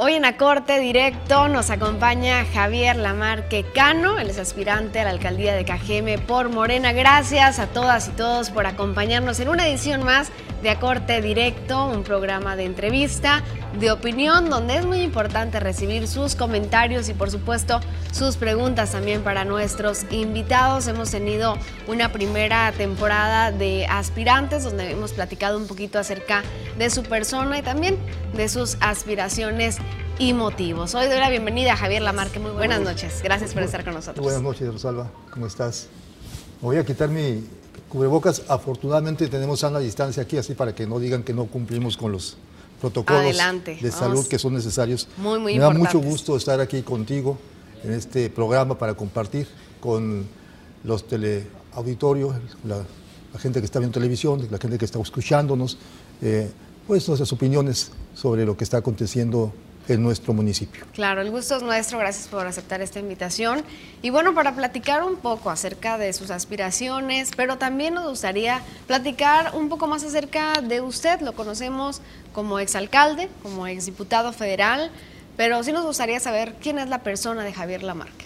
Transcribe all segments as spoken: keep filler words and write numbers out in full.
Hoy en A Corte Directo nos acompaña Javier Lamarque Cano, él es aspirante a la alcaldía de Cajeme por Morena. Gracias a todas y todos por acompañarnos en una edición más de A Corte Directo, un programa de entrevista, de opinión, donde es muy importante recibir sus comentarios y por supuesto sus preguntas también para nuestros invitados. Hemos tenido una primera temporada de aspirantes donde hemos platicado un poquito acerca de su persona y también de sus aspiraciones y motivos. Hoy doy la bienvenida a Javier Lamarque. Muy buenas noches. Gracias por estar con nosotros. Buenas noches, Rosalba. ¿Cómo estás? Me voy a quitar mi cubrebocas. Afortunadamente tenemos sana distancia aquí, así para que no digan que no cumplimos con los protocolos Adelante. de salud Vamos. que son necesarios. Muy, muy Me da importantes. mucho gusto estar aquí contigo en este programa para compartir con los teleauditorios, la, la gente que está viendo televisión, la gente que está escuchándonos, eh, pues nuestras opiniones sobre lo que está aconteciendo en nuestro municipio. Claro, el gusto es nuestro, gracias por aceptar esta invitación. Y bueno, para platicar un poco acerca de sus aspiraciones, pero también nos gustaría platicar un poco más acerca de usted. Lo conocemos como exalcalde, como exdiputado federal, pero sí nos gustaría saber quién es la persona de Javier Lamarque.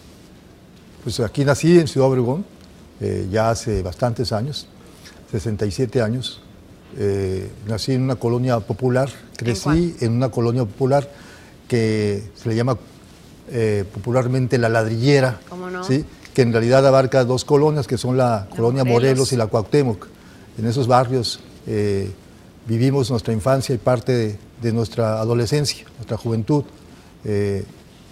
Pues aquí nací en Ciudad Obregón, eh, ya hace bastantes años, sesenta y siete años. Eh, nací en una colonia popular, crecí en, en una colonia popular que se le llama eh, popularmente La Ladrillera, ¿Cómo no? ¿sí? Que en realidad abarca dos colonias, que son la, la colonia Morelos. Morelos y la Cuauhtémoc. En esos barrios eh, vivimos nuestra infancia y parte de, de nuestra adolescencia, nuestra juventud. Eh,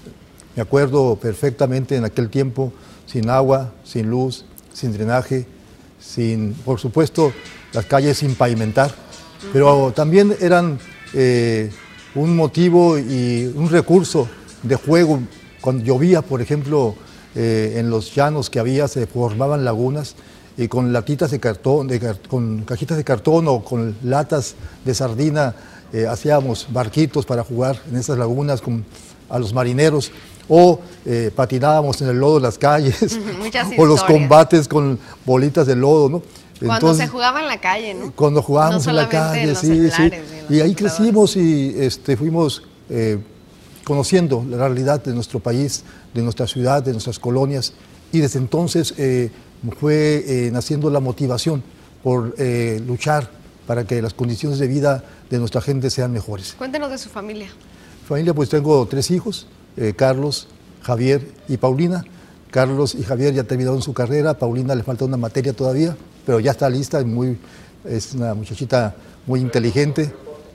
me acuerdo perfectamente en aquel tiempo, sin agua, sin luz, sin drenaje, sin, por supuesto, las calles sin pavimentar, pero también eran eh, un motivo y un recurso de juego. Cuando llovía, por ejemplo, eh, en los llanos que había, se formaban lagunas y con latitas de cartón, de, con cajitas de cartón o con latas de sardina eh, hacíamos barquitos para jugar en esas lagunas con, a los marineros. O eh, patinábamos en el lodo de las calles, o los combates con bolitas de lodo, ¿no? Cuando Entonces, se jugaba en la calle, ¿no? Cuando jugábamos no en la calle, en sí, sí. Y, y ahí crecimos y este, fuimos eh, conociendo la realidad de nuestro país, de nuestra ciudad, de nuestras colonias. Y desde entonces eh, fue eh, naciendo la motivación por eh, luchar para que las condiciones de vida de nuestra gente sean mejores. Cuéntenos de su familia. Familia, pues tengo tres hijos, eh, Carlos, Javier y Paulina. Carlos y Javier ya terminaron su carrera, a Paulina le falta una materia todavía, pero ya está lista, muy, es una muchachita muy inteligente.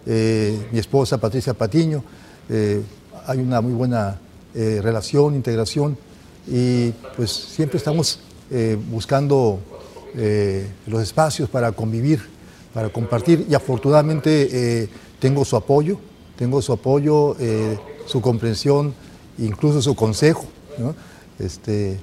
Eh, mi esposa Patricia Patiño, eh, hay una muy buena eh, relación, integración y pues siempre estamos eh, buscando eh, los espacios para convivir, para compartir y afortunadamente eh, tengo su apoyo, tengo su apoyo, eh, su comprensión, incluso su consejo, ¿no? Este,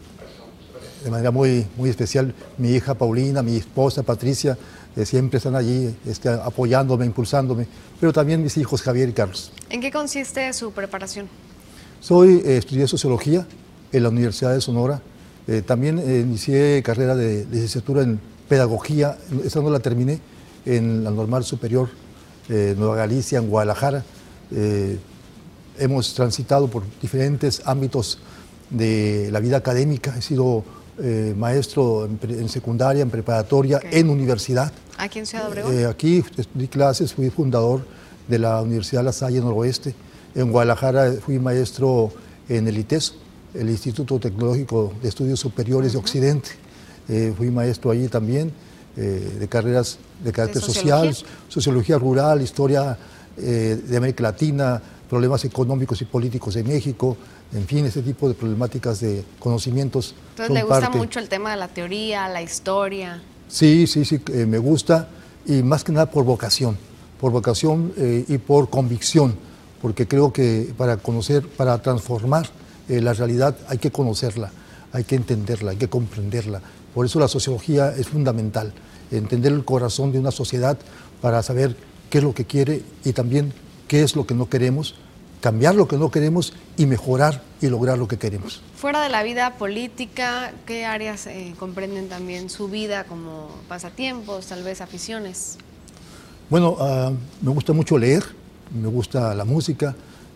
de manera muy, muy especial, mi hija Paulina, mi esposa Patricia, eh, siempre están allí este, apoyándome, impulsándome, pero también mis hijos Javier y Carlos. ¿En qué consiste su preparación? Soy, eh, estudié Sociología en la Universidad de Sonora, eh, también eh, inicié carrera de licenciatura en Pedagogía, esa no la terminé, en la Normal Superior eh, Nueva Galicia, en Guadalajara. Eh, hemos transitado por diferentes ámbitos de la vida académica, he sido eh, maestro en, en secundaria, en preparatoria, okay. En universidad. ¿Aquí en Ciudad Obregón? Eh, aquí di clases, fui fundador de la Universidad La Salle Noroeste. En Guadalajara fui maestro en el ITESO, el Instituto Tecnológico de Estudios Superiores uh-huh. de Occidente. Eh, fui maestro allí también, eh, de carreras de carácter ¿De social, sociología rural, historia eh, de América Latina, problemas económicos y políticos de México, en fin, ese tipo de problemáticas de conocimientos. Entonces, ¿le gusta parte... mucho el tema de la teoría, la historia? Sí, sí, sí, eh, me gusta, y más que nada por vocación, por vocación eh, y por convicción, porque creo que para conocer, para transformar eh, la realidad hay que conocerla, hay que entenderla, hay que comprenderla. Por eso la sociología es fundamental, entender el corazón de una sociedad para saber qué es lo que quiere y también qué es lo que no queremos, cambiar lo que no queremos y mejorar y lograr lo que queremos. Fuera de la vida política, ¿qué áreas eh, comprenden también su vida como pasatiempos, tal vez aficiones? Bueno, uh, me gusta mucho leer, me gusta la música,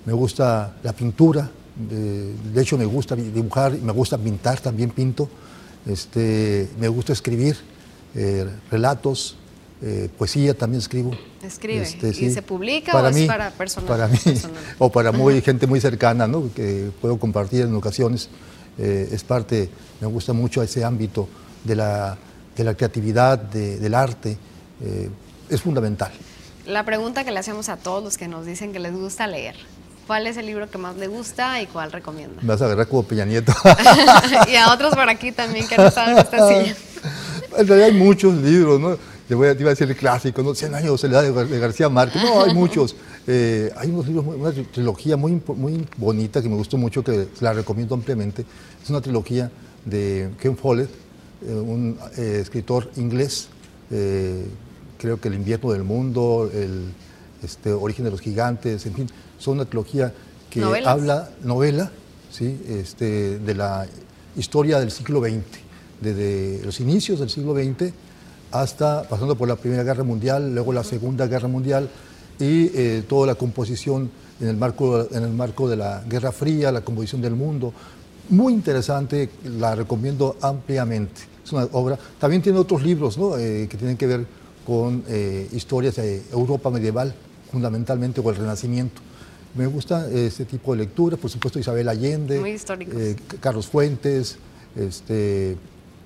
me gusta la pintura, de, de hecho me gusta dibujar, me gusta pintar, también pinto, este, me gusta escribir eh, relatos, eh, poesía también escribo. Escribe, este, ¿y sí. se publica para o mí, es para personas? Para mí, personal. o para muy, gente muy cercana, ¿no? Que puedo compartir en ocasiones, eh, es parte, me gusta mucho ese ámbito de la, de la creatividad, de, del arte, eh, es fundamental. La pregunta que le hacemos a todos los que nos dicen que les gusta leer, ¿cuál es el libro que más le gusta y cuál recomienda? Me vas a agarrar como Peña Nieto. Y a otros por aquí también que no están en esta silla. En realidad hay muchos libros, ¿no? Te, voy a, te iba a decir el clásico, ¿no? Cien años de soledad de, Gar de García Márquez. No, hay muchos. Eh, hay unos libros, una trilogía muy, muy bonita que me gustó mucho, que la recomiendo ampliamente. Es una trilogía de Ken Follett, eh, un eh, escritor inglés, eh, creo que El invierno del mundo, el este, Origen de los gigantes, en fin, son una trilogía que ¿Novelas? habla, novela, ¿sí? este, de la historia del siglo veinte, desde los inicios del siglo veinte hasta, pasando por la Primera Guerra Mundial, luego la Segunda Guerra Mundial y eh, toda la composición en el, marco, en el marco de la Guerra Fría, la composición del mundo. Muy interesante, la recomiendo ampliamente. Es una obra, también tiene otros libros, ¿no? eh, que tienen que ver con eh, historias de Europa medieval, fundamentalmente, o el Renacimiento. Me gusta este tipo de lectura, por supuesto Isabel Allende, Muy históricos. eh, Carlos Fuentes, este,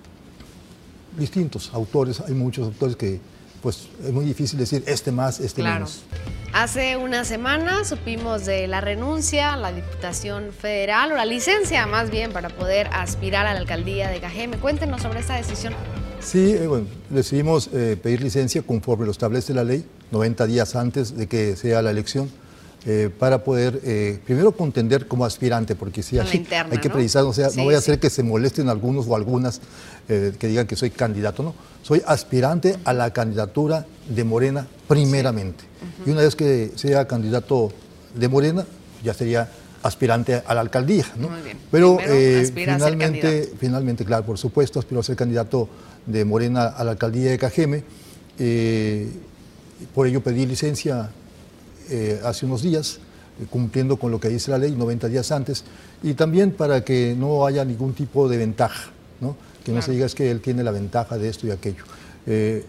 distintos autores, hay muchos autores que pues es muy difícil decir este más, este Claro. menos. Hace una semana supimos de la renuncia a la Diputación Federal, o la licencia más bien, para poder aspirar a la alcaldía de Cajeme. Cuéntenos sobre esta decisión. Sí, eh, bueno, decidimos eh, pedir licencia conforme lo establece la ley, noventa días antes de que sea la elección, eh, para poder eh, primero contender como aspirante, porque si hay, interna, hay que ¿no? precisar, o sea, Sí, no voy a sí. hacer que se molesten algunos o algunas eh, que digan que soy candidato, no, soy aspirante a la candidatura de Morena primeramente. Uh-huh. Y una vez que sea candidato de Morena, ya sería aspirante a la alcaldía, ¿no? Muy bien. Pero eh, finalmente, finalmente, claro, por supuesto, aspiro a ser candidato de Morena a la alcaldía de Cajeme. Eh, por ello pedí licencia eh, hace unos días, eh, cumpliendo con lo que dice la ley, noventa días antes, y también para que no haya ningún tipo de ventaja, ¿no? Que no claro. se diga es que él tiene la ventaja de esto y aquello. Eh,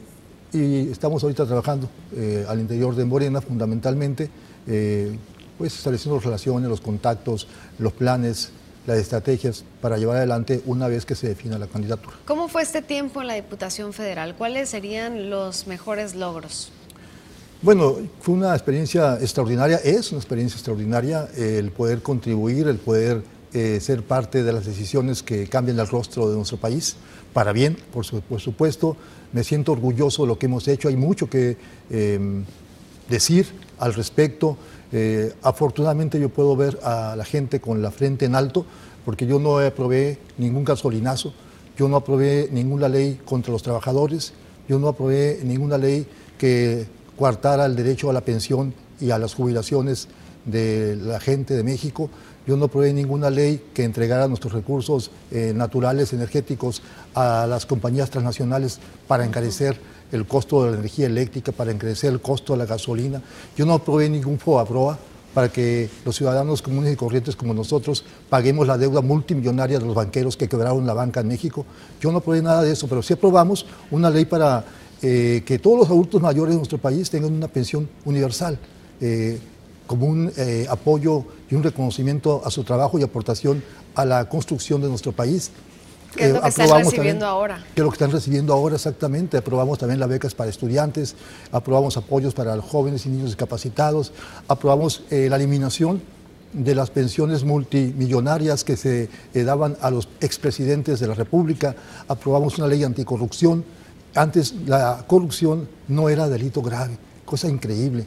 y estamos ahorita trabajando eh, al interior de Morena, fundamentalmente, eh, pues estableciendo relaciones, los contactos, los planes, las estrategias para llevar adelante una vez que se defina la candidatura. ¿Cómo fue este tiempo en la Diputación Federal? ¿Cuáles serían los mejores logros? Bueno, fue una experiencia extraordinaria, es una experiencia extraordinaria el poder contribuir, el poder eh, ser parte de las decisiones que cambian el rostro de nuestro país, para bien, por, su, por supuesto. Me siento orgulloso de lo que hemos hecho, hay mucho que eh, decir al respecto. Eh, afortunadamente yo puedo ver a la gente con la frente en alto, porque yo no aprobé ningún gasolinazo, yo no aprobé ninguna ley contra los trabajadores, yo no aprobé ninguna ley que coartara el derecho a la pensión y a las jubilaciones de la gente de México, yo no aprobé ninguna ley que entregara nuestros recursos eh, naturales, energéticos, a las compañías transnacionales para encarecer el costo de la energía eléctrica, para encarecer el costo de la gasolina. Yo no aprobé ningún FOBAPROA para que los ciudadanos comunes y corrientes como nosotros paguemos la deuda multimillonaria de los banqueros que quebraron la banca en México. Yo no aprobé nada de eso, pero sí aprobamos una ley para eh, que todos los adultos mayores de nuestro país tengan una pensión universal, eh, como un eh, apoyo y un reconocimiento a su trabajo y aportación a la construcción de nuestro país. ¿Qué es lo que están recibiendo ahora? ¿Qué es lo que están recibiendo ahora exactamente? Aprobamos también las becas para estudiantes, aprobamos apoyos para los jóvenes y niños discapacitados, aprobamos eh, la eliminación de las pensiones multimillonarias que se eh, daban a los expresidentes de la República, aprobamos una ley anticorrupción. Antes la corrupción no era delito grave, cosa increíble.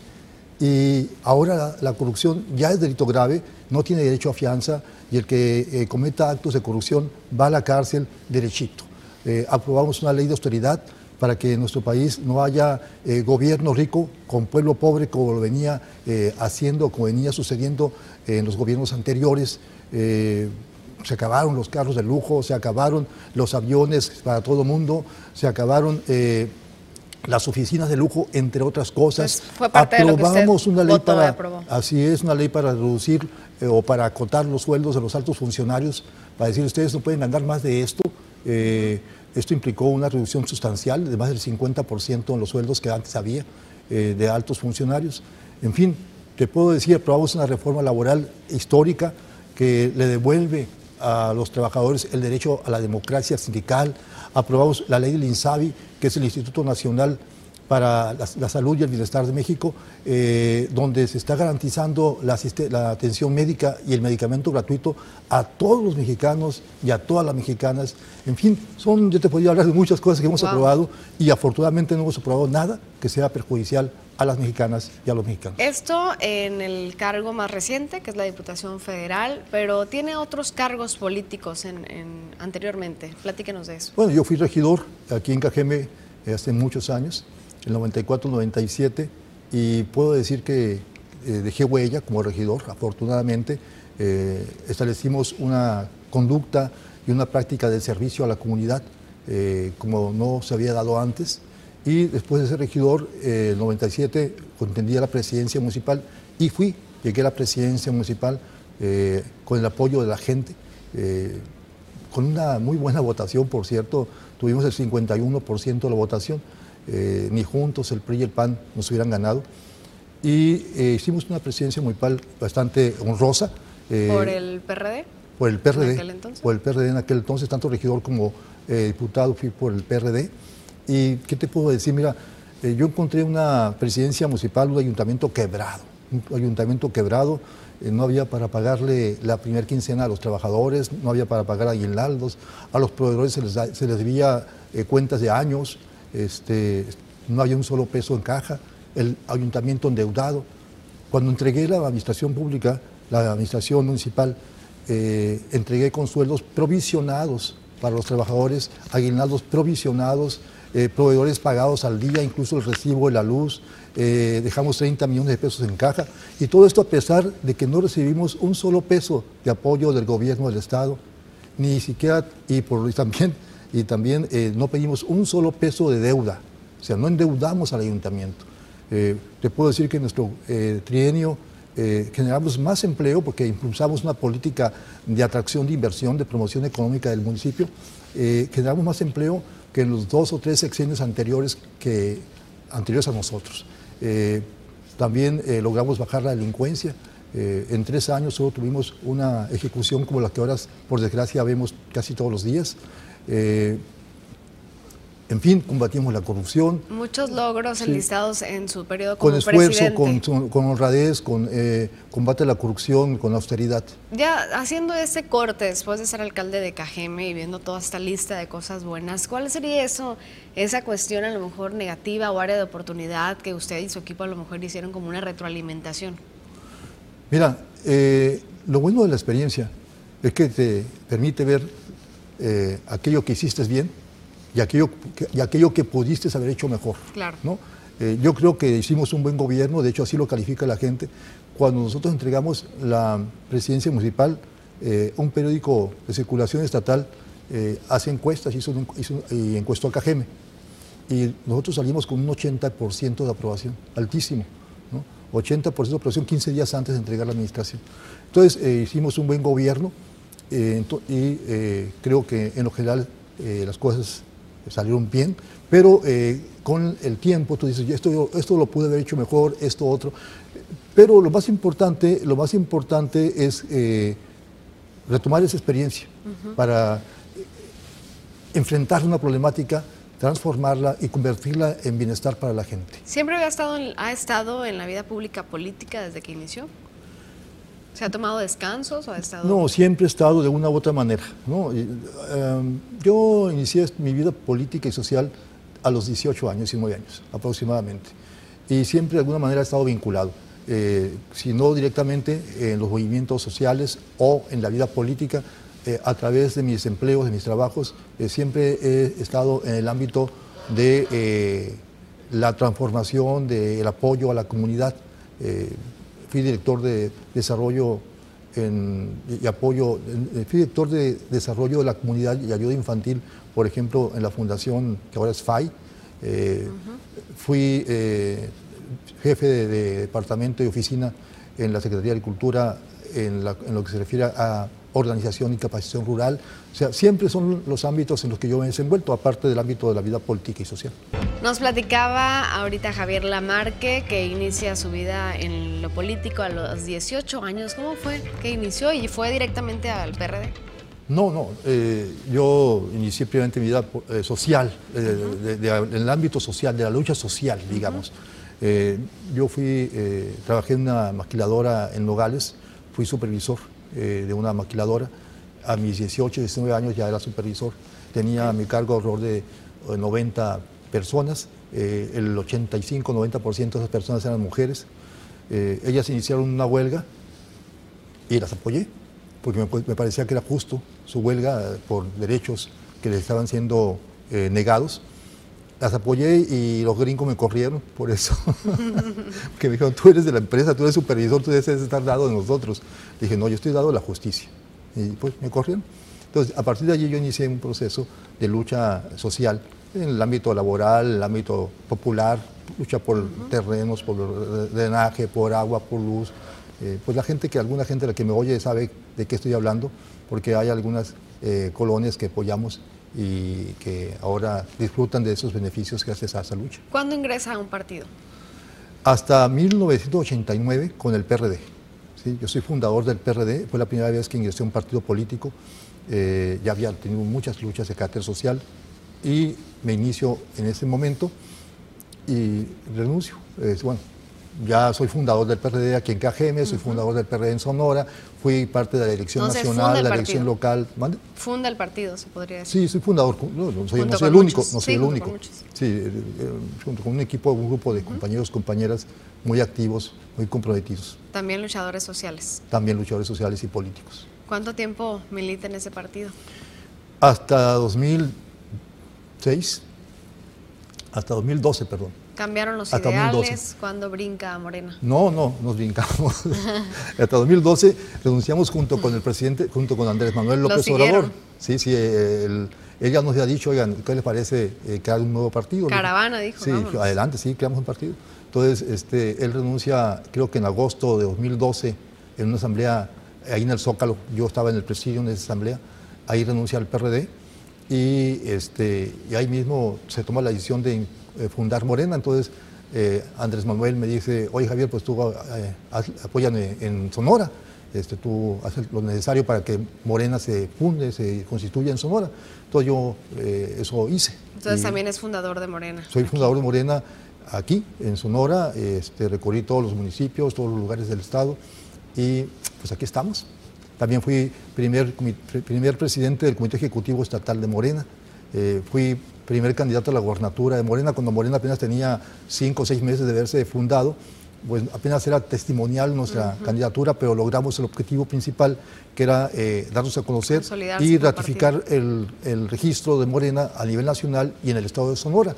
Y ahora la, la corrupción ya es delito grave, no tiene derecho a fianza y el que eh, cometa actos de corrupción va a la cárcel derechito. Eh, aprobamos una ley de austeridad para que en nuestro país no haya eh, gobierno rico con pueblo pobre como lo venía eh, haciendo, como venía sucediendo eh, en los gobiernos anteriores. Eh, se acabaron los carros de lujo, se acabaron los aviones para todo el mundo, se acabaron... Eh, las oficinas de lujo, entre otras cosas. Pues fue parte Aprobamos de lo que usted una ley votó y para, aprobó. así es, una ley para reducir eh, o para acotar los sueldos de los altos funcionarios, para decir ustedes no pueden ganar más de esto. Eh, esto implicó una reducción sustancial de más del cincuenta por ciento en los sueldos que antes había eh, de altos funcionarios. En fin, te puedo decir, aprobamos una reforma laboral histórica que le devuelve a los trabajadores el derecho a la democracia sindical. Aprobamos la ley del INSABI, que es el Instituto Nacional para la, la Salud y el Bienestar de México, eh, donde se está garantizando la, la atención médica y el medicamento gratuito a todos los mexicanos y a todas las mexicanas. En fin, son, yo te podría hablar de muchas cosas que hemos wow. aprobado y afortunadamente no hemos aprobado nada que sea perjudicial a las mexicanas y a los mexicanos. Esto en el cargo más reciente, que es la Diputación Federal, pero tiene otros cargos políticos en, en, anteriormente. Platíquenos de eso. Bueno, yo fui regidor aquí en Cajeme eh, hace muchos años, el noventa y cuatro noventa y siete, y puedo decir que eh, dejé huella como regidor, afortunadamente. Eh, establecimos una conducta y una práctica de servicio a la comunidad eh, como no se había dado antes. Y después de ser regidor, eh, en el noventa y siete, contendí a la presidencia municipal y fui, llegué a la presidencia municipal eh, con el apoyo de la gente, eh, con una muy buena votación, por cierto, tuvimos el cincuenta y uno por ciento de la votación, eh, ni juntos el P R I y el P A N nos hubieran ganado. Y eh, hicimos una presidencia municipal bastante honrosa. Eh, ¿Por el P R D? Por el P R D, ¿En aquel entonces? Por el P R D en aquel entonces, tanto regidor como eh, diputado fui por el P R D. ¿Y qué te puedo decir? Mira, eh, yo encontré una presidencia municipal, un ayuntamiento quebrado, un ayuntamiento quebrado, eh, no había para pagarle la primera quincena a los trabajadores, no había para pagar aguinaldos, a los proveedores se les, da, se les debía eh, cuentas de años, este, no había un solo peso en caja, el ayuntamiento endeudado. Cuando entregué la administración pública, la administración municipal, eh, entregué con sueldos provisionados para los trabajadores, aguinaldos provisionados, Eh, proveedores pagados al día, incluso el recibo de la luz, eh, dejamos treinta millones de pesos en caja, y todo esto a pesar de que no recibimos un solo peso de apoyo del gobierno del Estado, ni siquiera, y, por, y también, y también eh, no pedimos un solo peso de deuda, o sea, no endeudamos al ayuntamiento. Eh, te puedo decir que en nuestro eh, trienio eh, generamos más empleo porque impulsamos una política de atracción de inversión, de promoción económica del municipio, eh, generamos más empleo que en los dos o tres sexenios anteriores, que, anteriores a nosotros. Eh, también eh, logramos bajar la delincuencia. Eh, en tres años solo tuvimos una ejecución como la que ahora, por desgracia, vemos casi todos los días. Eh, En fin, combatimos la corrupción. Muchos logros sí. enlistados en su periodo como con esfuerzo, presidente. Con, con honradez, con eh, combate a la corrupción, con austeridad. Ya haciendo este corte, después de ser alcalde de Cajeme y viendo toda esta lista de cosas buenas, ¿cuál sería eso, esa cuestión a lo mejor negativa o área de oportunidad que usted y su equipo a lo mejor hicieron como una retroalimentación? Mira, eh, lo bueno de la experiencia es que te permite ver eh, aquello que hiciste bien, y aquello, que, y aquello que pudiste haber hecho mejor. Claro. ¿No? Eh, yo creo que hicimos un buen gobierno, de hecho así lo califica la gente. Cuando nosotros entregamos la presidencia municipal, eh, un periódico de circulación estatal eh, hace encuestas, hizo, un, hizo y encuestó a Cajeme, y nosotros salimos con un ochenta por ciento de aprobación, altísimo, ¿no? ochenta por ciento de aprobación quince días antes de entregar la administración. Entonces eh, hicimos un buen gobierno eh, y eh, creo que en lo general eh, las cosas salieron bien, pero eh, con el tiempo tú dices, esto, esto lo pude haber hecho mejor, esto otro, pero lo más importante, lo más importante es eh, retomar esa experiencia uh-huh. para enfrentar una problemática, transformarla y convertirla en bienestar para la gente. ¿Siempre ha estado en, ha estado en la vida pública política desde que inició? ¿Se ha tomado descansos o ha estado...? No, siempre he estado de una u otra manera, ¿no? Y, um, yo inicié mi vida política y social a los dieciocho años, diecinueve años aproximadamente, y siempre de alguna manera he estado vinculado, eh, si no directamente en los movimientos sociales o en la vida política, eh, a través de mis empleos, de mis trabajos, eh, siempre he estado en el ámbito de eh, la transformación, del apoyo a la comunidad. Eh, Fui director de desarrollo en, y apoyo, fui director de desarrollo de la comunidad y ayuda infantil, por ejemplo, en la fundación que ahora es F A I, Eh, uh-huh. Fui eh, jefe de, de departamento y oficina en la Secretaría de Agricultura en, la, en lo que se refiere a organización y capacitación rural. O sea, siempre son los ámbitos en los que yo me he desenvuelto, aparte del ámbito de la vida política y social. Nos platicaba ahorita Javier Lamarque que inicia su vida en lo político a los dieciocho años. ¿Cómo fue que inició y fue directamente al P R D? No, no, eh, yo inicié primeramente mi vida eh, social, eh, uh-huh. de, de, de, en el ámbito social, de la lucha social, digamos. Uh-huh. eh, yo fui, eh, trabajé en una maquiladora en Nogales, fui supervisor eh, de una maquiladora. A mis dieciocho, diecinueve años ya era supervisor, tenía a mi cargo alrededor de noventa personas, eh, el ochenta y cinco, noventa por ciento de esas personas eran mujeres. Eh, ellas iniciaron una huelga y las apoyé, porque me, me parecía que era justo su huelga por derechos que les estaban siendo eh, negados. Las apoyé y los gringos me corrieron por eso, porque me dijeron, tú eres de la empresa, tú eres supervisor, tú debes estar dado de nosotros. Dije, no, yo estoy dado de la justicia. Y pues me corrieron. Entonces, a partir de allí yo inicié un proceso de lucha social en el ámbito laboral, en el ámbito popular, lucha por uh-huh. terrenos, por drenaje, por agua, por luz. Eh, pues la gente, que alguna gente la que me oye sabe de qué estoy hablando, porque hay algunas eh, colonias que apoyamos y que ahora disfrutan de esos beneficios gracias a esa lucha. ¿Cuándo ingresa a un partido? Hasta mil novecientos ochenta y nueve con el P R D. ¿Sí? Yo soy fundador del P R D, fue la primera vez que ingresé a un partido político. Eh, ya había tenido muchas luchas de carácter social y me inicio en ese momento y renuncio. Eh, bueno, ya soy fundador del P R D aquí en K G M, soy uh-huh. fundador del P R D en Sonora, fui parte de la elección Entonces, nacional, de la elección local. ¿Mande? Funda el partido, se podría decir. Sí, soy fundador, no, no soy, no soy el único, no soy sí, el único. Sí, eh, junto con un equipo, un grupo de uh-huh. compañeros, compañeras muy activos, muy comprometidos. También luchadores sociales. También luchadores sociales y políticos. ¿Cuánto tiempo milita en ese partido? Hasta dos mil seis, hasta dos mil doce, perdón. ¿Cambiaron los hasta ideales cuando brinca Morena? No, no, nos brincamos. Hasta dos mil doce renunciamos junto con el presidente, junto con Andrés Manuel López Obrador. Sí, sí, el, ella nos había dicho, oigan, ¿qué les parece eh, crear un nuevo partido? Caravana, dijo. Sí, vámonos. Adelante, sí, creamos un partido. Entonces, este, él renuncia, creo que en agosto de dos mil doce, en una asamblea ahí en el Zócalo, yo estaba en el presidio de esa asamblea, ahí renuncia al P R D y, este, y ahí mismo se toma la decisión de eh, fundar Morena. Entonces eh, Andrés Manuel me dice, oye Javier, pues tú eh, apóyame en Sonora, este, tú haces lo necesario para que Morena se funde, se constituya en Sonora. Entonces yo eh, eso hice. Entonces y también es fundador de Morena. Soy fundador de Morena aquí en Sonora, este, recorrí todos los municipios, todos los lugares del estado. Y pues aquí estamos. También fui primer, primer presidente del Comité Ejecutivo Estatal de Morena. Eh, fui primer candidato a la gobernatura de Morena cuando Morena apenas tenía cinco o seis meses de haberse fundado. Pues apenas era testimonial nuestra uh-huh. candidatura, pero logramos el objetivo principal, que era eh, darnos a conocer y ratificar el, el registro de Morena a nivel nacional y en el estado de Sonora.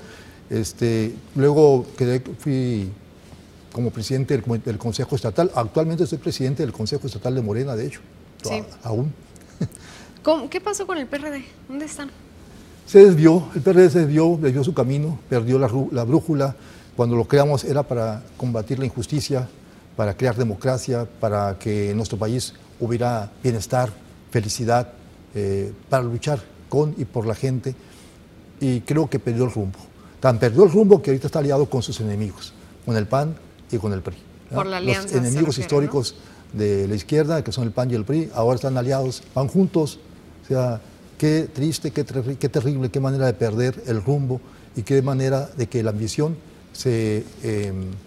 Este, luego quedé, fui como presidente del, del Consejo Estatal. Actualmente soy presidente del Consejo Estatal de Morena, de hecho, sí. a, aún. ¿Cómo, ¿Qué pasó con el P R D? ¿Dónde están? Se desvió, el P R D se desvió, desvió su camino, perdió la, la brújula. Cuando lo creamos era para combatir la injusticia, para crear democracia, para que en nuestro país hubiera bienestar, felicidad, eh, para luchar con y por la gente. Y creo que perdió el rumbo. Tan perdió el rumbo que ahorita está aliado con sus enemigos, con el P A N y con el P R I. ¿no? Por la alianza. Los enemigos refiere, históricos ¿no? de la izquierda, que son el P A N y el P R I, ahora están aliados, van juntos. O sea, qué triste, qué, ter qué terrible, qué manera de perder el rumbo y qué manera de que la ambición se eh,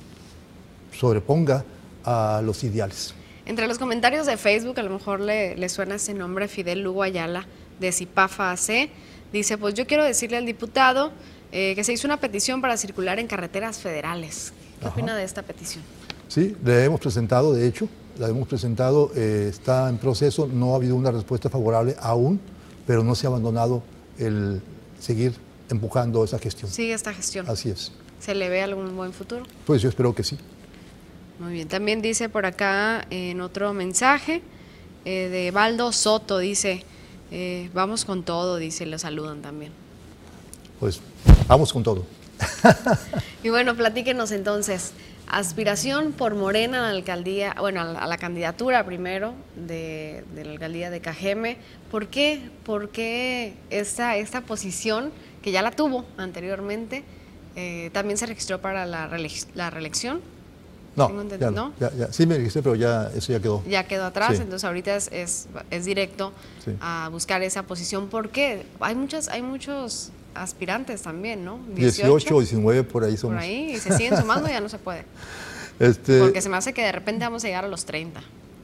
sobreponga a los ideales. Entre los comentarios de Facebook, a lo mejor le, le suena ese nombre, Fidel Lugo Ayala, de Zipafa A C, dice, pues yo quiero decirle al diputado eh, que se hizo una petición para circular en carreteras federales. ¿Qué Ajá. opina de esta petición? Sí, la hemos presentado, de hecho, la hemos presentado, eh, está en proceso, no ha habido una respuesta favorable aún, pero no se ha abandonado el seguir empujando esa gestión. Sigue esta gestión. Así es. ¿Se le ve algún buen futuro? Pues yo espero que sí. Muy bien. También dice por acá en otro mensaje eh, de Baldo Soto, dice, eh, vamos con todo, dice, lo saludan también. Pues vamos con todo. Y bueno, platíquenos entonces, aspiración por Morena a la alcaldía, bueno, a la, a la candidatura primero de, de la alcaldía de Cajeme. ¿Por qué? ¿Por qué esta, esta posición, que ya la tuvo anteriormente, eh, también se registró para la, reele la reelección? No, ya, ¿no? Ya, ya, sí me registré, pero ya eso ya quedó. Ya quedó atrás, sí. Entonces ahorita es, es, es directo sí. a buscar esa posición. ¿Por qué? Hay, muchas, hay muchos aspirantes también, ¿no? dieciocho, diecinueve, por ahí somos. Por ahí, y se siguen sumando, ya no se puede. Este, Porque se me hace que de repente vamos a llegar a los treinta.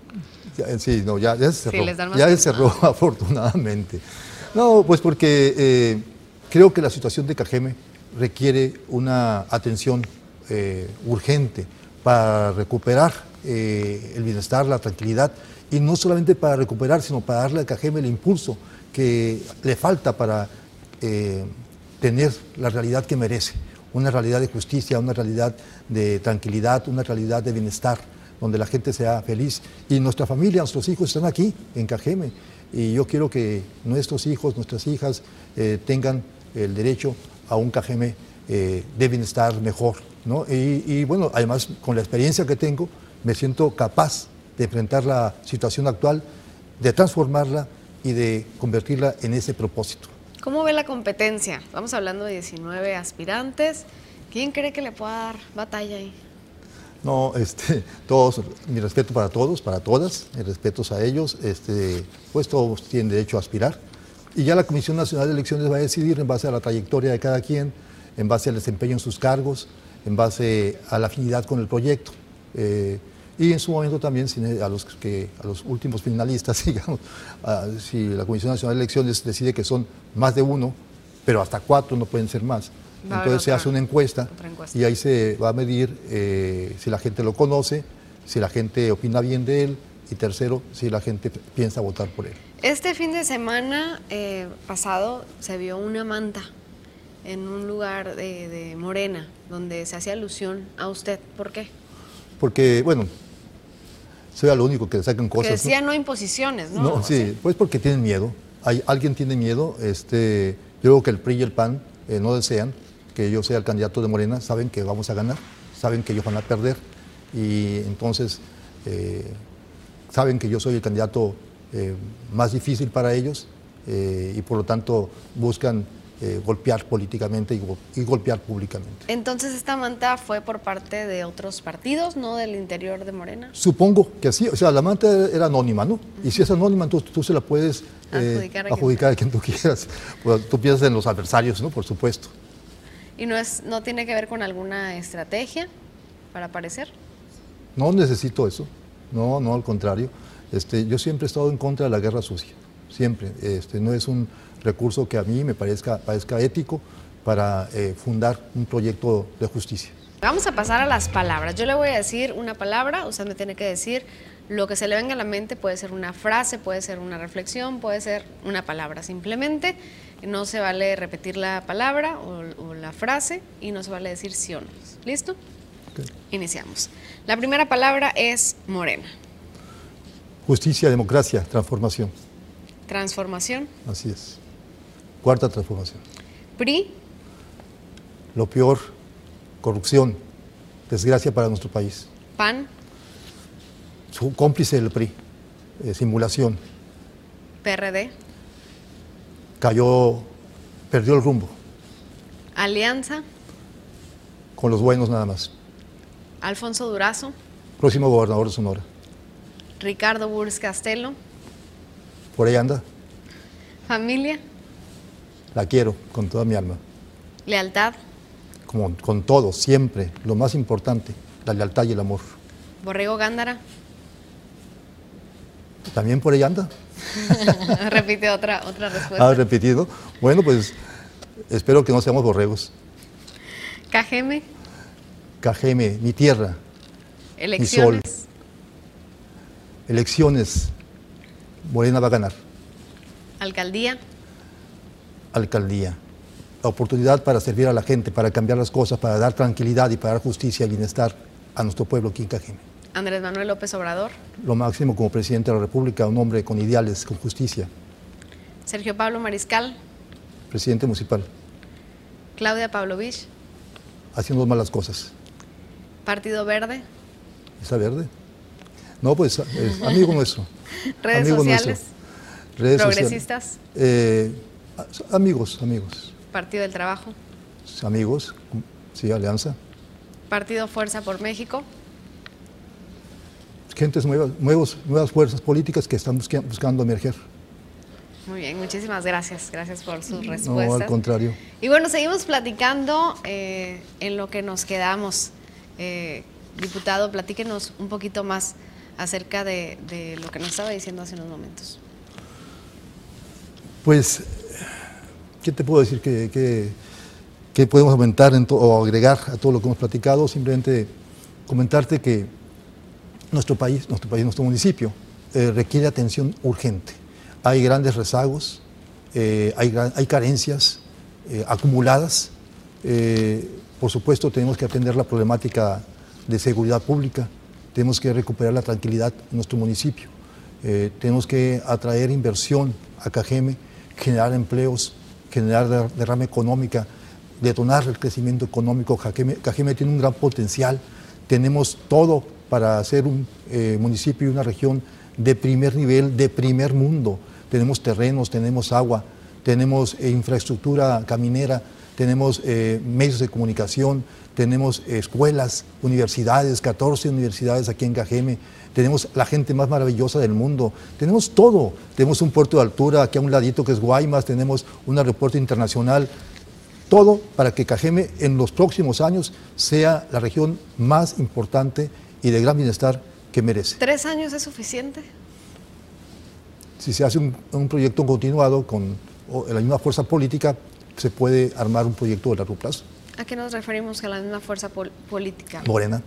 Ya, sí, no, ya, ya se cerró. Sí, les dan más ya se tiempo. cerró, afortunadamente. No, pues porque eh, creo que la situación de Cajeme requiere una atención eh, urgente para recuperar eh, el bienestar, la tranquilidad, y no solamente para recuperar, sino para darle a Cajeme el impulso que le falta para eh, tener la realidad que merece, una realidad de justicia, una realidad de tranquilidad, una realidad de bienestar, donde la gente sea feliz. Y nuestra familia, nuestros hijos están aquí, en Cajeme, y yo quiero que nuestros hijos, nuestras hijas eh, tengan el derecho a un Cajeme eh, de bienestar mejor, ¿no? Y, y bueno, además con la experiencia que tengo, me siento capaz de enfrentar la situación actual, de transformarla y de convertirla en ese propósito. ¿Cómo ve la competencia? Estamos hablando de diecinueve aspirantes. ¿Quién cree que le pueda dar batalla ahí? No, este, todos, mi respeto para todos, para todas, mis respetos a ellos, este, pues todos tienen derecho a aspirar. Y ya la Comisión Nacional de Elecciones va a decidir en base a la trayectoria de cada quien, en base al desempeño en sus cargos, en base a la afinidad con el proyecto. Eh, y en su momento también a los, que, a los últimos finalistas, digamos, a, si la Comisión Nacional de Elecciones decide que son más de uno, pero hasta cuatro no pueden ser más. Va Entonces otra, se hace una encuesta, encuesta y ahí se va a medir eh, si la gente lo conoce, si la gente opina bien de él y tercero, si la gente piensa votar por él. Este fin de semana eh, pasado se vio una manta en un lugar de, de Morena, donde se hacía alusión a usted. ¿Por qué? Porque, bueno, soy a lo único que le sacan cosas. Que decía no, no imposiciones, ¿no? No, sí, ¿sí? Pues porque tienen miedo. Hay, alguien tiene miedo. Este, yo creo que el P R I y el P A N eh, no desean que yo sea el candidato de Morena, saben que vamos a ganar, saben que ellos van a perder y entonces eh, saben que yo soy el candidato eh, más difícil para ellos eh, y por lo tanto buscan eh, golpear políticamente y, go y golpear públicamente. Entonces esta manta fue por parte de otros partidos, no del interior de Morena. Supongo que así, o sea, la manta era anónima, ¿no? Uh-huh. Y si es anónima, entonces tú se la puedes eh, adjudicar, a, adjudicar a quien tú quieras. Pues, tú piensas en los adversarios, ¿no? Por supuesto. ¿Y no, es, no tiene que ver con alguna estrategia para aparecer? No necesito eso, no, no, al contrario. Este, yo siempre he estado en contra de la guerra sucia, siempre. Este, no es un recurso que a mí me parezca, parezca ético para eh, fundar un proyecto de justicia. Vamos a pasar a las palabras. Yo le voy a decir una palabra, usted me tiene que decir lo que se le venga a la mente. Puede ser una frase, puede ser una reflexión, puede ser una palabra simplemente. No se vale repetir la palabra o, o la frase y no se vale decir sí o no. ¿Listo? Okay. Iniciamos. La primera palabra es Morena. Justicia, democracia, transformación. Transformación. Así es. Cuarta transformación. P R I. Lo peor, corrupción, desgracia para nuestro país. P A N. Su cómplice del P R I, eh, simulación. P R D. Cayó, perdió el rumbo. Alianza. Con los buenos nada más. Alfonso Durazo. Próximo gobernador de Sonora. Ricardo Burrs Castelo. Por ahí anda. Familia. La quiero con toda mi alma. Lealtad. Como, con todo, siempre. Lo más importante, la lealtad y el amor. Borrego Gándara. ¿También por ahí anda? Repite otra, otra respuesta. Ah, repetido. Bueno, pues espero que no seamos borregos. Cajeme. Cajeme, mi tierra. Elecciones. Mi sol. Elecciones. Morena va a ganar. Alcaldía. Alcaldía. La oportunidad para servir a la gente, para cambiar las cosas, para dar tranquilidad y para dar justicia y bienestar a nuestro pueblo aquí en Cajeme. Andrés Manuel López Obrador. Lo máximo como presidente de la República, un hombre con ideales, con justicia. Sergio Pablo Mariscal. Presidente municipal. Claudia Pavlovich. haciendo malas cosas. ¿Partido Verde? ¿Está verde? No, pues es amigo nuestro. ¿Redes amigo sociales? Nuestro. Redes ¿Progresistas? Social. Eh, amigos, amigos. ¿Partido del Trabajo? Amigos, sí, Alianza. ¿Partido Fuerza por México? Gentes nuevas, nuevos, nuevas fuerzas políticas que están busque, buscando emerger. Muy bien, muchísimas gracias. Gracias por sus respuestas. No, al contrario. Y bueno, seguimos platicando eh, en lo que nos quedamos. Eh, diputado, platíquenos un poquito más acerca de, de lo que nos estaba diciendo hace unos momentos. Pues, ¿qué te puedo decir? ¿Qué, qué, qué podemos aumentar en to, o agregar a todo lo que hemos platicado? Simplemente comentarte que nuestro país, nuestro país, nuestro municipio eh, requiere atención urgente. Hay grandes rezagos, eh, hay, hay carencias eh, acumuladas. Eh, por supuesto, tenemos que atender la problemática de seguridad pública, tenemos que recuperar la tranquilidad en nuestro municipio, eh, tenemos que atraer inversión a Cajeme, generar empleos, generar derrama económica, detonar el crecimiento económico. Cajeme, Cajeme tiene un gran potencial, tenemos todo para ser un eh, municipio y una región de primer nivel, de primer mundo. Tenemos terrenos, tenemos agua, tenemos eh, infraestructura caminera, tenemos eh, medios de comunicación, tenemos eh, escuelas, universidades, catorce universidades aquí en Cajeme, tenemos la gente más maravillosa del mundo, tenemos todo, tenemos un puerto de altura aquí a un ladito que es Guaymas, tenemos un aeropuerto internacional, todo para que Cajeme en los próximos años sea la región más importante y de gran bienestar que merece. ¿Tres años es suficiente? Si se hace un, un proyecto continuado con o, la misma fuerza política, se puede armar un proyecto de largo plazo. ¿A qué nos referimos con la misma fuerza pol política? Morena.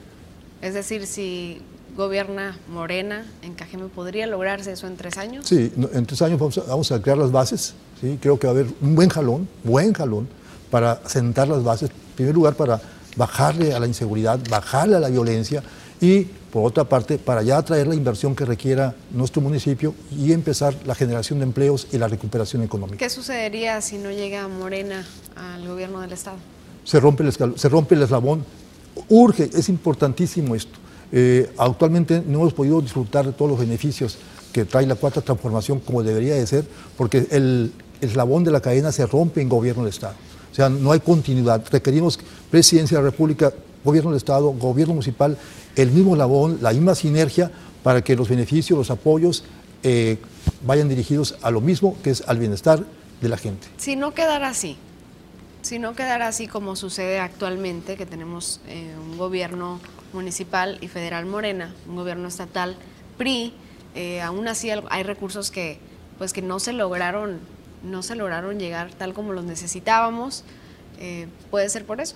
Es decir, si gobierna Morena en Cajeme, ¿podría lograrse eso en tres años? Sí, en tres años vamos a, vamos a crear las bases, ¿sí? Creo que va a haber un buen jalón, buen jalón, para sentar las bases, en primer lugar para bajarle a la inseguridad, bajarle a la violencia y, por otra parte, para ya atraer la inversión que requiera nuestro municipio y empezar la generación de empleos y la recuperación económica. ¿Qué sucedería si no llega Morena al gobierno del Estado? Se rompe el, escal se rompe el eslabón. Urge, es importantísimo esto. Eh, actualmente no hemos podido disfrutar de todos los beneficios que trae la cuarta transformación como debería de ser, porque el eslabón de la cadena se rompe en gobierno del Estado. O sea, no hay continuidad. Requerimos presidencia de la República, gobierno del Estado, gobierno municipal, el mismo eslabón, la misma sinergia para que los beneficios, los apoyos eh, vayan dirigidos a lo mismo, que es al bienestar de la gente. Si no quedara así, si no quedara así como sucede actualmente, que tenemos eh, un gobierno municipal y federal Morena, un gobierno estatal P R I, eh, aún así hay recursos que, pues, que no se lograron, no se lograron llegar tal como los necesitábamos. Eh, ¿Puede ser por eso?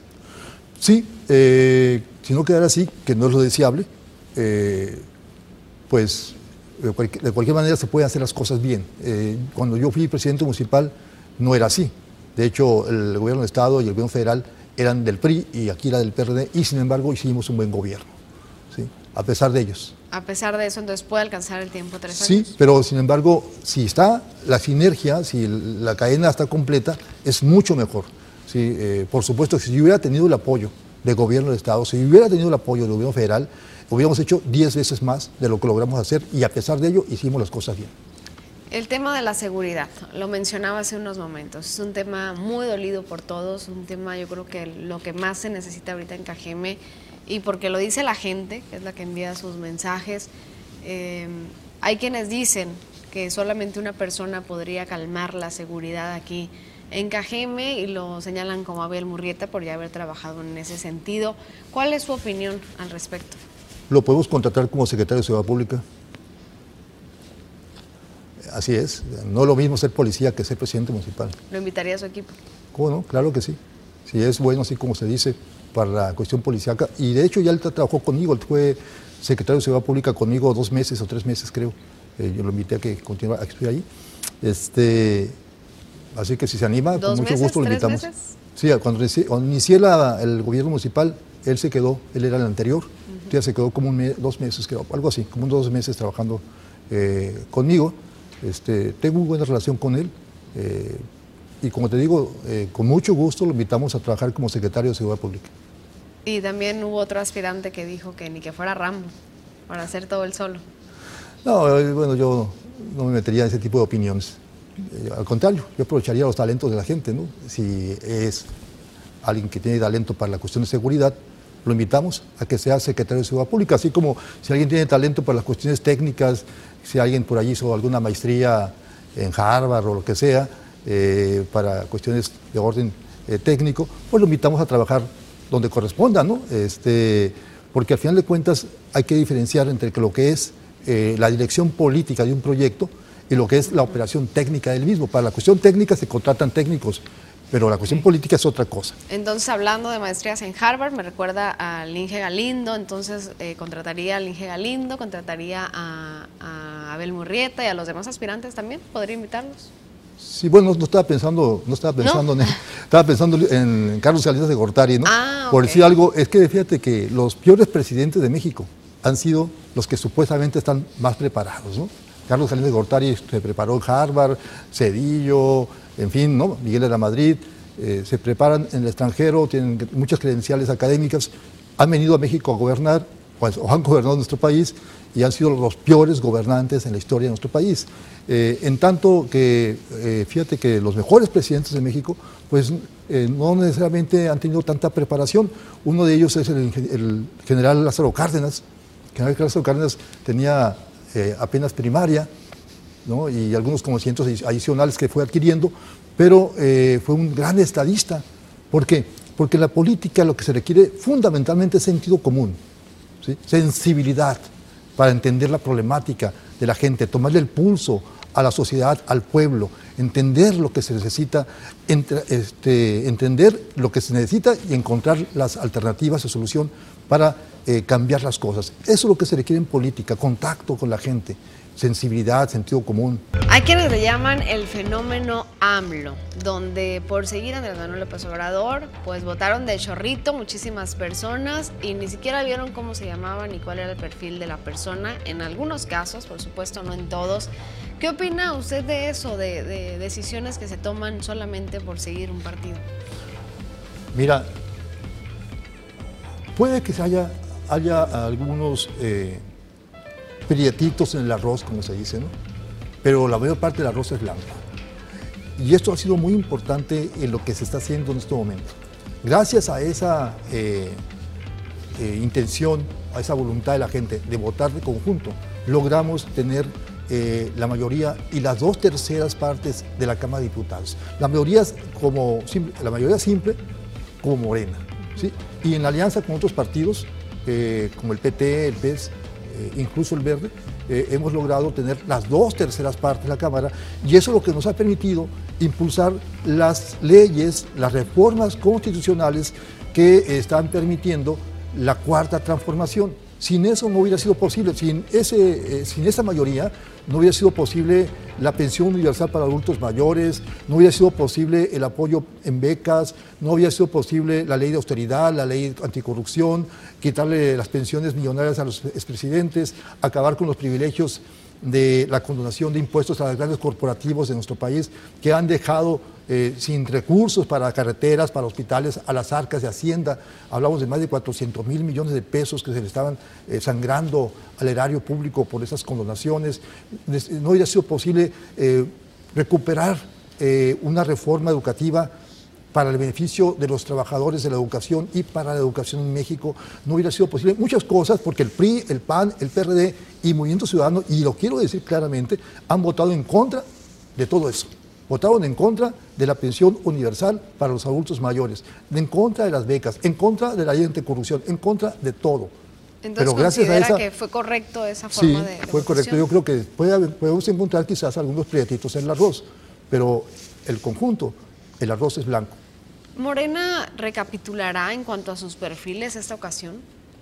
Sí, eh, si no quedara así, que no es lo deseable, eh, pues de, cual, de cualquier manera se pueden hacer las cosas bien. Eh, cuando yo fui presidente municipal no era así. De hecho, el gobierno del Estado y el gobierno federal eran del P R I y aquí era del P R D y sin embargo hicimos un buen gobierno, ¿sí? A pesar de ellos. A pesar de eso, entonces puede alcanzar el tiempo tres sí, años. Sí, pero sin embargo, si está la sinergia, si la cadena está completa, es mucho mejor. Sí, eh, por supuesto, si yo hubiera tenido el apoyo del gobierno del Estado, si hubiera tenido el apoyo del gobierno federal, hubiéramos hecho diez veces más de lo que logramos hacer y a pesar de ello hicimos las cosas bien. El tema de la seguridad, lo mencionaba hace unos momentos, es un tema muy dolido por todos, un tema yo creo que lo que más se necesita ahorita en Cajeme, y porque lo dice la gente, que es la que envía sus mensajes, eh, hay quienes dicen que solamente una persona podría calmar la seguridad aquí en Cajeme y lo señalan como Abel Murrieta por ya haber trabajado en ese sentido. ¿Cuál es su opinión al respecto? ¿Lo podemos contratar como secretario de Seguridad Pública? Así es, no es lo mismo ser policía que ser presidente municipal. ¿Lo invitaría a su equipo? ¿Cómo no? Claro que sí. Si es bueno, así como se dice, para la cuestión policíaca. Y de hecho ya él trabajó conmigo, él fue secretario de Seguridad Pública conmigo dos meses o tres meses, creo. Eh, yo lo invité a que continuara, a que estuviera ahí. Este, así que si se anima, con mucho meses, gusto lo invitamos. Meses? Sí, cuando, cuando inicié la, el gobierno municipal, él se quedó, él era el anterior, uh-huh. Ya se quedó como un mes, dos meses, creo, algo así, como unos dos meses trabajando eh, conmigo. Este, tengo muy buena relación con él, eh, y como te digo, eh, con mucho gusto lo invitamos a trabajar como secretario de Seguridad Pública. Y también hubo otro aspirante que dijo que ni que fuera Rambo, para hacer todo él solo. No, eh, bueno, yo no me metería en ese tipo de opiniones. Eh, al contrario, yo aprovecharía los talentos de la gente, ¿no? Si es alguien que tiene talento para la cuestión de seguridad, lo invitamos a que sea secretario de Seguridad Pública, así como si alguien tiene talento para las cuestiones técnicas, si alguien por allí hizo alguna maestría en Harvard o lo que sea, eh, para cuestiones de orden eh, técnico, pues lo invitamos a trabajar donde corresponda, ¿no? Este, porque al final de cuentas hay que diferenciar entre lo que es eh, la dirección política de un proyecto y lo que es la operación técnica del mismo. Para la cuestión técnica se contratan técnicos, pero la cuestión política es otra cosa. Entonces, hablando de maestrías en Harvard, me recuerda al Inge Galindo, entonces eh, contrataría al Inge Galindo, contrataría a, a Abel Murrieta y a los demás aspirantes también, ¿podría invitarlos? Sí, bueno, no estaba pensando, no estaba pensando, ¿No? en, estaba pensando en Carlos Salinas de Gortari, ¿no? Ah, Por okay. decir algo, es que fíjate que los peores presidentes de México han sido los que supuestamente están más preparados, ¿no? Carlos Salinas de Gortari se preparó en Harvard, Cedillo, en fin, ¿no? Miguel de la Madrid, eh, se preparan en el extranjero, tienen muchas credenciales académicas, han venido a México a gobernar, pues, o han gobernado nuestro país y han sido los peores gobernantes en la historia de nuestro país. Eh, en tanto que, eh, fíjate que los mejores presidentes de México, pues eh, no necesariamente han tenido tanta preparación. Uno de ellos es el, el general Lázaro Cárdenas. El general Lázaro Cárdenas tenía eh, apenas primaria, ¿no? Y algunos conocimientos adicionales que fue adquiriendo, pero eh, fue un gran estadista. ¿Por qué? Porque la política lo que se requiere fundamentalmente es sentido común, ¿sí? Sensibilidad para entender la problemática de la gente, tomarle el pulso a la sociedad, al pueblo, entender lo que se necesita, entre, este, entender lo que se necesita y encontrar las alternativas de solución para eh, cambiar las cosas. Eso es lo que se requiere en política, contacto con la gente, sensibilidad, sentido común. Hay quienes le llaman el fenómeno AMLO, donde por seguir a Andrés Manuel López Obrador, pues votaron de chorrito muchísimas personas y ni siquiera vieron cómo se llamaba ni cuál era el perfil de la persona, en algunos casos, por supuesto no en todos. ¿Qué opina usted de eso, de, de decisiones que se toman solamente por seguir un partido? Mira, puede que haya, haya algunos eh, prietitos en el arroz, como se dice, ¿no? Pero la mayor parte del arroz es blanco. Y esto ha sido muy importante en lo que se está haciendo en este momento. Gracias a esa eh, eh, intención, a esa voluntad de la gente de votar de conjunto, logramos tener eh, la mayoría y las dos terceras partes de la Cámara de Diputados. La mayoría, como simple, la mayoría simple como Morena, ¿sí? Y en alianza con otros partidos, eh, como el P T, el P E S, eh, incluso el Verde, eh, hemos logrado tener las dos terceras partes de la Cámara y eso es lo que nos ha permitido impulsar las leyes, las reformas constitucionales que están permitiendo la cuarta transformación. Sin eso no hubiera sido posible, sin, ese, eh, sin esa mayoría no hubiera sido posible la pensión universal para adultos mayores, no hubiera sido posible el apoyo en becas, no hubiera sido posible la ley de austeridad, la ley anticorrupción, quitarle las pensiones millonarias a los expresidentes, acabar con los privilegios de la condonación de impuestos a los grandes corporativos de nuestro país que han dejado eh, sin recursos para carreteras, para hospitales, a las arcas de Hacienda. Hablamos de más de cuatrocientos mil millones de pesos que se le estaban eh, sangrando al erario público por esas condonaciones. No hubiera sido posible eh, recuperar eh, una reforma educativa para el beneficio de los trabajadores de la educación y para la educación en México. No hubiera sido posible muchas cosas porque el P R I, el P A N, el P R D y Movimiento Ciudadano, y lo quiero decir claramente, han votado en contra de todo eso. Votaron en contra de la pensión universal para los adultos mayores, en contra de las becas, en contra de la ley anticorrupción, en contra de todo. Entonces, pero gracias ¿considera a esa, que fue correcto esa forma sí, de, de fue votación? correcto. Yo creo que puede haber, podemos encontrar quizás algunos prietitos en el arroz, pero el conjunto, el arroz es blanco. ¿Morena recapitulará en cuanto a sus perfiles esta ocasión?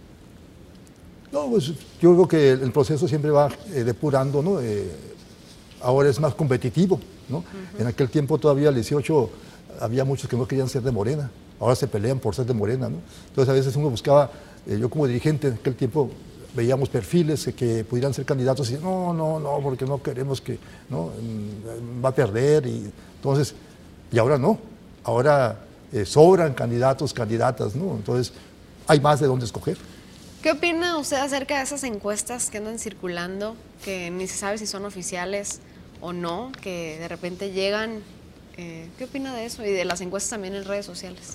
No, pues yo creo que el proceso siempre va eh, depurando, ¿no? Eh, ahora es más competitivo, ¿no? Uh-huh. En aquel tiempo todavía, el dieciocho, había muchos que no querían ser de Morena, ahora se pelean por ser de Morena, ¿no? Entonces a veces uno buscaba, eh, yo como dirigente en aquel tiempo veíamos perfiles eh, que pudieran ser candidatos y no, no, no, porque no queremos que, ¿no? Va a perder y entonces Y ahora no, ahora eh, sobran candidatos, candidatas, ¿no? Entonces hay más de dónde escoger. ¿Qué opina usted acerca de esas encuestas que andan circulando, que ni se sabe si son oficiales o no, que de repente llegan? Eh, ¿Qué opina de eso? Y de las encuestas también en redes sociales.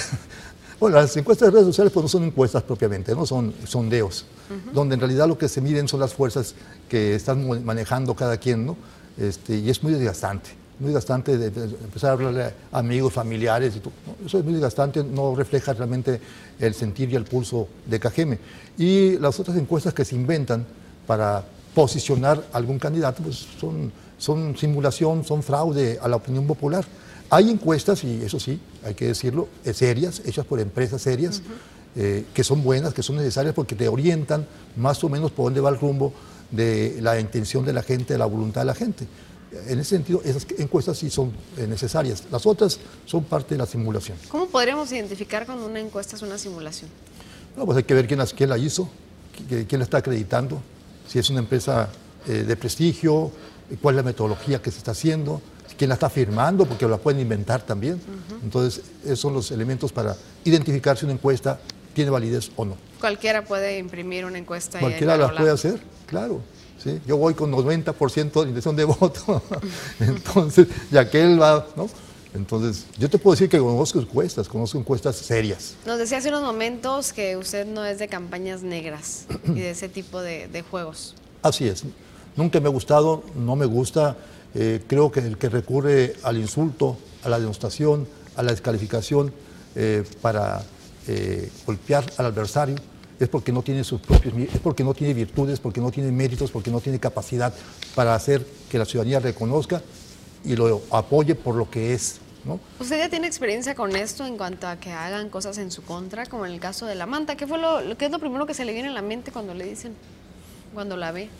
Bueno, las encuestas de redes sociales pues no son encuestas propiamente, no son sondeos, uh-huh. donde en realidad lo que se miden son las fuerzas que están manejando cada quien, ¿no? Este, y es muy desgastante, muy desgastante de, de empezar a hablarle a amigos, familiares, y todo, ¿no? Eso es muy desgastante, no refleja realmente el sentir y el pulso de Cajeme. Y las otras encuestas que se inventan para posicionar a algún candidato pues son, son simulación, son fraude a la opinión popular. Hay encuestas, y eso sí, hay que decirlo, serias, hechas por empresas serias, uh-huh. eh, que son buenas, que son necesarias porque te orientan más o menos por dónde va el rumbo de la intención de la gente, de la voluntad de la gente. En ese sentido, esas encuestas sí son eh, necesarias. Las otras son parte de la simulación. ¿Cómo podríamos identificar cuando una encuesta es una simulación? No, pues hay que ver quién la, quién la hizo, quién la está acreditando, si es una empresa eh, de prestigio, cuál es la metodología que se está haciendo, quién la está firmando, porque la pueden inventar también. Uh-huh. Entonces, esos son los elementos para identificar si una encuesta tiene validez o no. Cualquiera puede imprimir una encuesta. Cualquiera la puede hacer, claro. ¿sí? Yo voy con noventa por ciento de intención de voto, entonces, y aquel va, ¿no? Entonces, yo te puedo decir que conozco encuestas, conozco encuestas serias. Nos decía hace unos momentos que usted no es de campañas negras y de ese tipo de, de juegos. Así es. Nunca me ha gustado, no me gusta. Eh, creo que el que recurre al insulto, a la denostación, a la descalificación eh, para eh, golpear al adversario es porque no tiene sus propios, es porque no tiene virtudes, porque no tiene méritos, porque no tiene capacidad para hacer que la ciudadanía reconozca y lo apoye por lo que es, ¿no? ¿Usted ya tiene experiencia con esto en cuanto a que hagan cosas en su contra, como en el caso de la manta? ¿Qué fue lo, lo qué es lo primero que se le viene a la mente cuando le dicen, cuando la ve?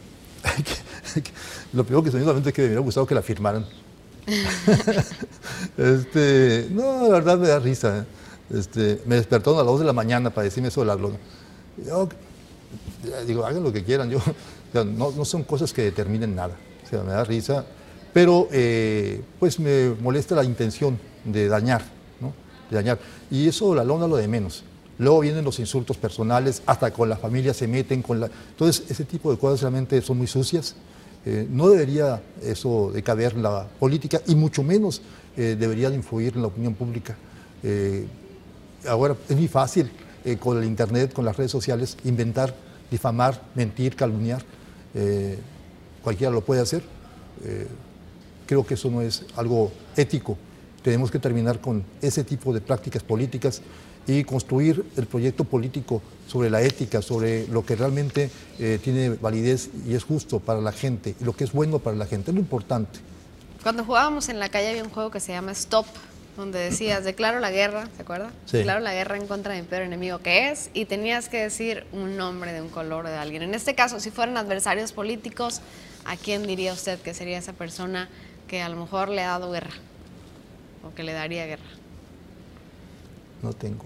Lo primero que se me viene a la mente es que me hubiera gustado que la firmaran. este, no, la verdad me da risa. ¿eh? Este, me despertaron a las dos de la mañana para decirme eso de la lona. Yo digo, hagan lo que quieran. Yo, o sea, no, no son cosas que determinen nada. O sea, me da risa. Pero eh, pues me molesta la intención de dañar, ¿no? De dañar. Y eso, la lona, lo de menos. Luego vienen los insultos personales, hasta con la familia se meten. con la Entonces, ese tipo de cosas realmente son muy sucias. Eh, no debería eso de caber en la política y mucho menos eh, debería de influir en la opinión pública. Eh, ahora, es muy fácil eh, con el internet, con las redes sociales, inventar, difamar, mentir, calumniar. Eh, cualquiera lo puede hacer. Eh, creo que eso no es algo ético. Tenemos que terminar con ese tipo de prácticas políticas y construir el proyecto político sobre la ética, sobre lo que realmente eh, tiene validez y es justo para la gente, y lo que es bueno para la gente, es lo importante. Cuando jugábamos en la calle había un juego que se llama Stop, donde decías, declaro la guerra, ¿se acuerda? Sí. Declaro la guerra en contra de mi peor enemigo, que es, y tenías que decir un nombre de un color de alguien. En este caso, si fueran adversarios políticos, ¿a quién diría usted que sería esa persona que a lo mejor le ha dado guerra o que le daría guerra? No tengo.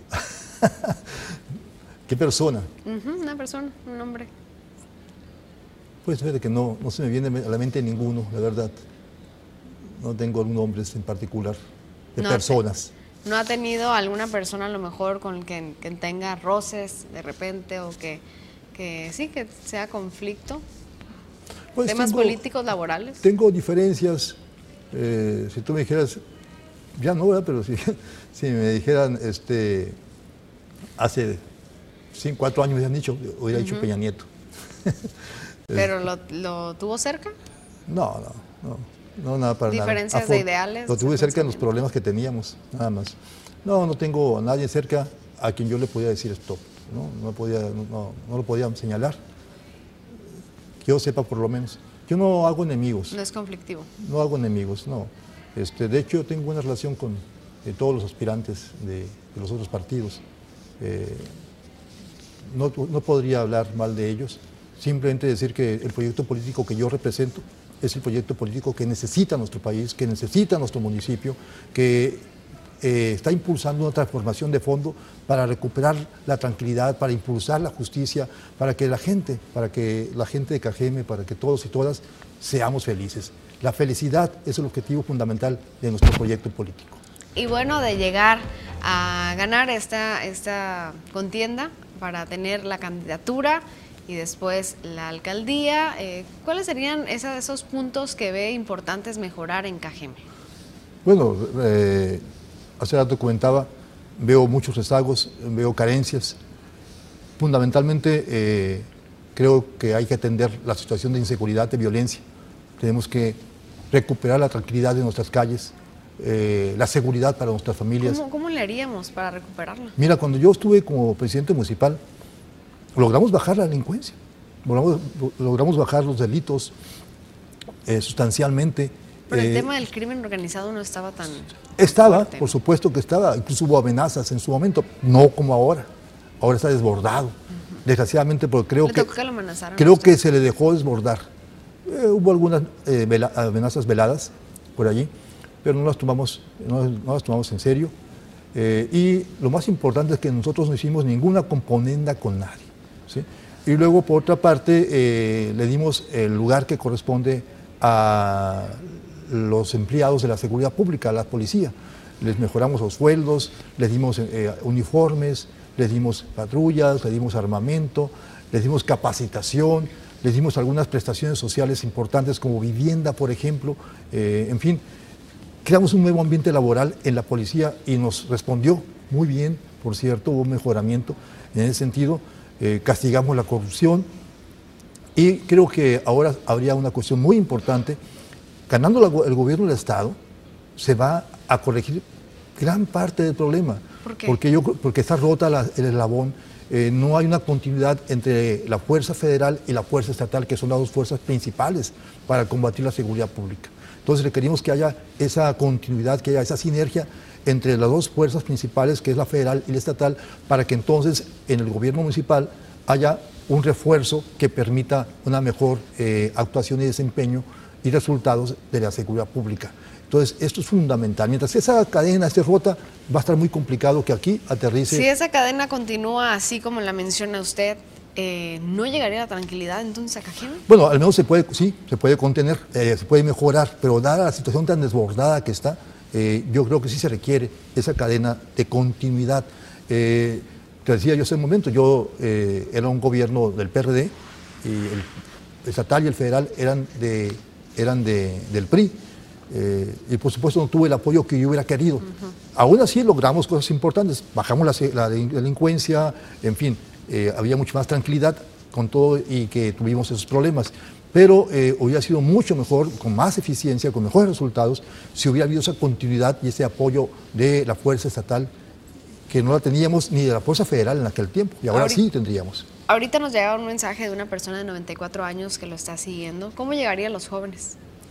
¿Qué persona? Uh-huh, una persona, un nombre. Pues fíjate que no, no se me viene a la mente ninguno, la verdad. No tengo nombres en particular de no personas. Te, ¿No ha tenido alguna persona a lo mejor con que, que tenga roces de repente o que, que sí, que sea conflicto? Pues ¿Temas tengo, políticos, laborales? Tengo diferencias. Eh, si tú me dijeras, ya no, ¿verdad? Pero si, si me dijeran, este, hace cinco, cuatro años me habían dicho, hubiera uh-huh. dicho Peña Nieto. ¿Pero lo, lo tuvo cerca? No, no, no, no nada para nada. ¿Diferencias de ideales? Lo tuve cerca en los problemas que teníamos, nada más. No, no tengo a nadie cerca a quien yo le podía decir stop, ¿no? No, podía, no, no lo podía señalar, que yo sepa por lo menos. Yo no hago enemigos. No es conflictivo. No hago enemigos, no. Este, de hecho, tengo buena relación con eh, todos los aspirantes de, de los otros partidos. Eh, no, no podría hablar mal de ellos, simplemente decir que el proyecto político que yo represento es el proyecto político que necesita nuestro país, que necesita nuestro municipio, que eh, está impulsando una transformación de fondo para recuperar la tranquilidad, para impulsar la justicia, para que la gente, para que la gente de Cajeme, para que todos y todas seamos felices. La felicidad es el objetivo fundamental de nuestro proyecto político. Y bueno, de llegar a ganar esta, esta contienda para tener la candidatura y después la alcaldía, eh, ¿cuáles serían esos, esos puntos que ve importantes mejorar en Cajeme? Bueno, eh, hace rato comentaba, veo muchos rezagos, veo carencias. Fundamentalmente, eh, creo que hay que atender la situación de inseguridad, de violencia. Tenemos que recuperar la tranquilidad de nuestras calles, eh, la seguridad para nuestras familias. ¿Cómo, ¿Cómo le haríamos para recuperarla? Mira, cuando yo estuve como presidente municipal, logramos bajar la delincuencia, logramos, logramos bajar los delitos eh, sustancialmente. Pero el eh, tema del crimen organizado no estaba tan Estaba, fuerte, por ¿no? supuesto que estaba, incluso hubo amenazas en su momento, no como ahora, ahora está desbordado, uh-huh. Desgraciadamente, porque creo, ¿Le que, tocó que lo amenazaron creo a usted? que se le dejó desbordar. Eh, hubo algunas eh, vela, amenazas veladas por allí, pero no las tomamos, no, no las tomamos en serio. Eh, y lo más importante es que nosotros no hicimos ninguna componenda con nadie, ¿sí? Y luego, por otra parte, eh, le dimos el lugar que corresponde a los empleados de la seguridad pública, a la policía. Les mejoramos los sueldos, les dimos eh, uniformes, les dimos patrullas, les dimos armamento, les dimos capacitación, les dimos algunas prestaciones sociales importantes como vivienda, por ejemplo. Eh, en fin, creamos un nuevo ambiente laboral en la policía y nos respondió muy bien, por cierto, hubo un mejoramiento en ese sentido. Eh, castigamos la corrupción y creo que ahora habría una cuestión muy importante. Ganando la, el gobierno del Estado, se va a corregir gran parte del problema. ¿Por qué? Porque, yo, porque está rota la, el eslabón, eh, no hay una continuidad entre la fuerza federal y la fuerza estatal, que son las dos fuerzas principales para combatir la seguridad pública. Entonces requerimos que haya esa continuidad, que haya esa sinergia entre las dos fuerzas principales, que es la federal y la estatal, para que entonces en el gobierno municipal haya un refuerzo que permita una mejor eh, actuación y desempeño y resultados de la seguridad pública. Entonces, esto es fundamental. Mientras esa cadena esté rota, va a estar muy complicado que aquí aterrice. Si esa cadena continúa así como la menciona usted, eh, ¿no llegaría la tranquilidad entonces a Cajeme? Bueno, al menos se puede, sí, se puede contener, eh, se puede mejorar, pero dada la situación tan desbordada que está, eh, yo creo que sí se requiere esa cadena de continuidad. Eh, te decía yo hace un momento, yo eh, era un gobierno del P R D, y el estatal y el federal eran, de, eran de, del P R I. Eh, y por supuesto no tuve el apoyo que yo hubiera querido. Uh-huh. Aún así logramos cosas importantes, bajamos la, la delincuencia, en fin, eh, había mucha más tranquilidad con todo y que tuvimos esos problemas. Pero eh, hubiera sido mucho mejor, con más eficiencia, con mejores resultados, si hubiera habido esa continuidad y ese apoyo de la fuerza estatal, que no la teníamos ni de la fuerza federal en aquel tiempo, y ahora ahorita, sí tendríamos. Ahorita nos llega un mensaje de una persona de noventa y cuatro años que lo está siguiendo. ¿Cómo llegaría a los jóvenes?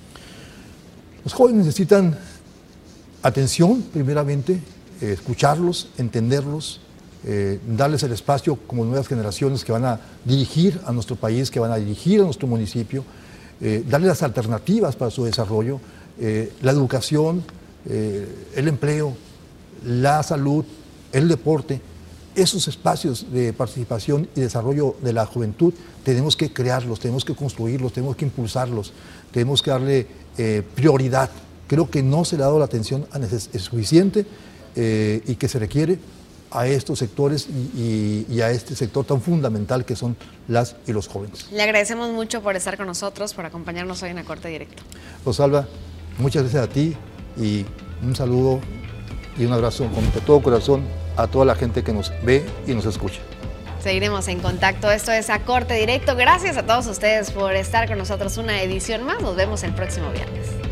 Los jóvenes necesitan atención, primeramente, eh, escucharlos, entenderlos, eh, darles el espacio como nuevas generaciones que van a dirigir a nuestro país, que van a dirigir a nuestro municipio, eh, darles las alternativas para su desarrollo, eh, la educación, eh, el empleo, la salud, el deporte. Esos espacios de participación y desarrollo de la juventud tenemos que crearlos, tenemos que construirlos, tenemos que impulsarlos, tenemos que darle eh, prioridad. Creo que no se le ha dado la atención suficiente eh, y que se requiere a estos sectores y, y, y a este sector tan fundamental que son las y los jóvenes. Le agradecemos mucho por estar con nosotros, por acompañarnos hoy en A Corte Directo. Rosalba, muchas gracias a ti y un saludo y un abrazo con todo corazón a toda la gente que nos ve y nos escucha. Seguiremos en contacto. Esto es A Corte Directo. Gracias a todos ustedes por estar con nosotros una edición más. Nos vemos el próximo viernes.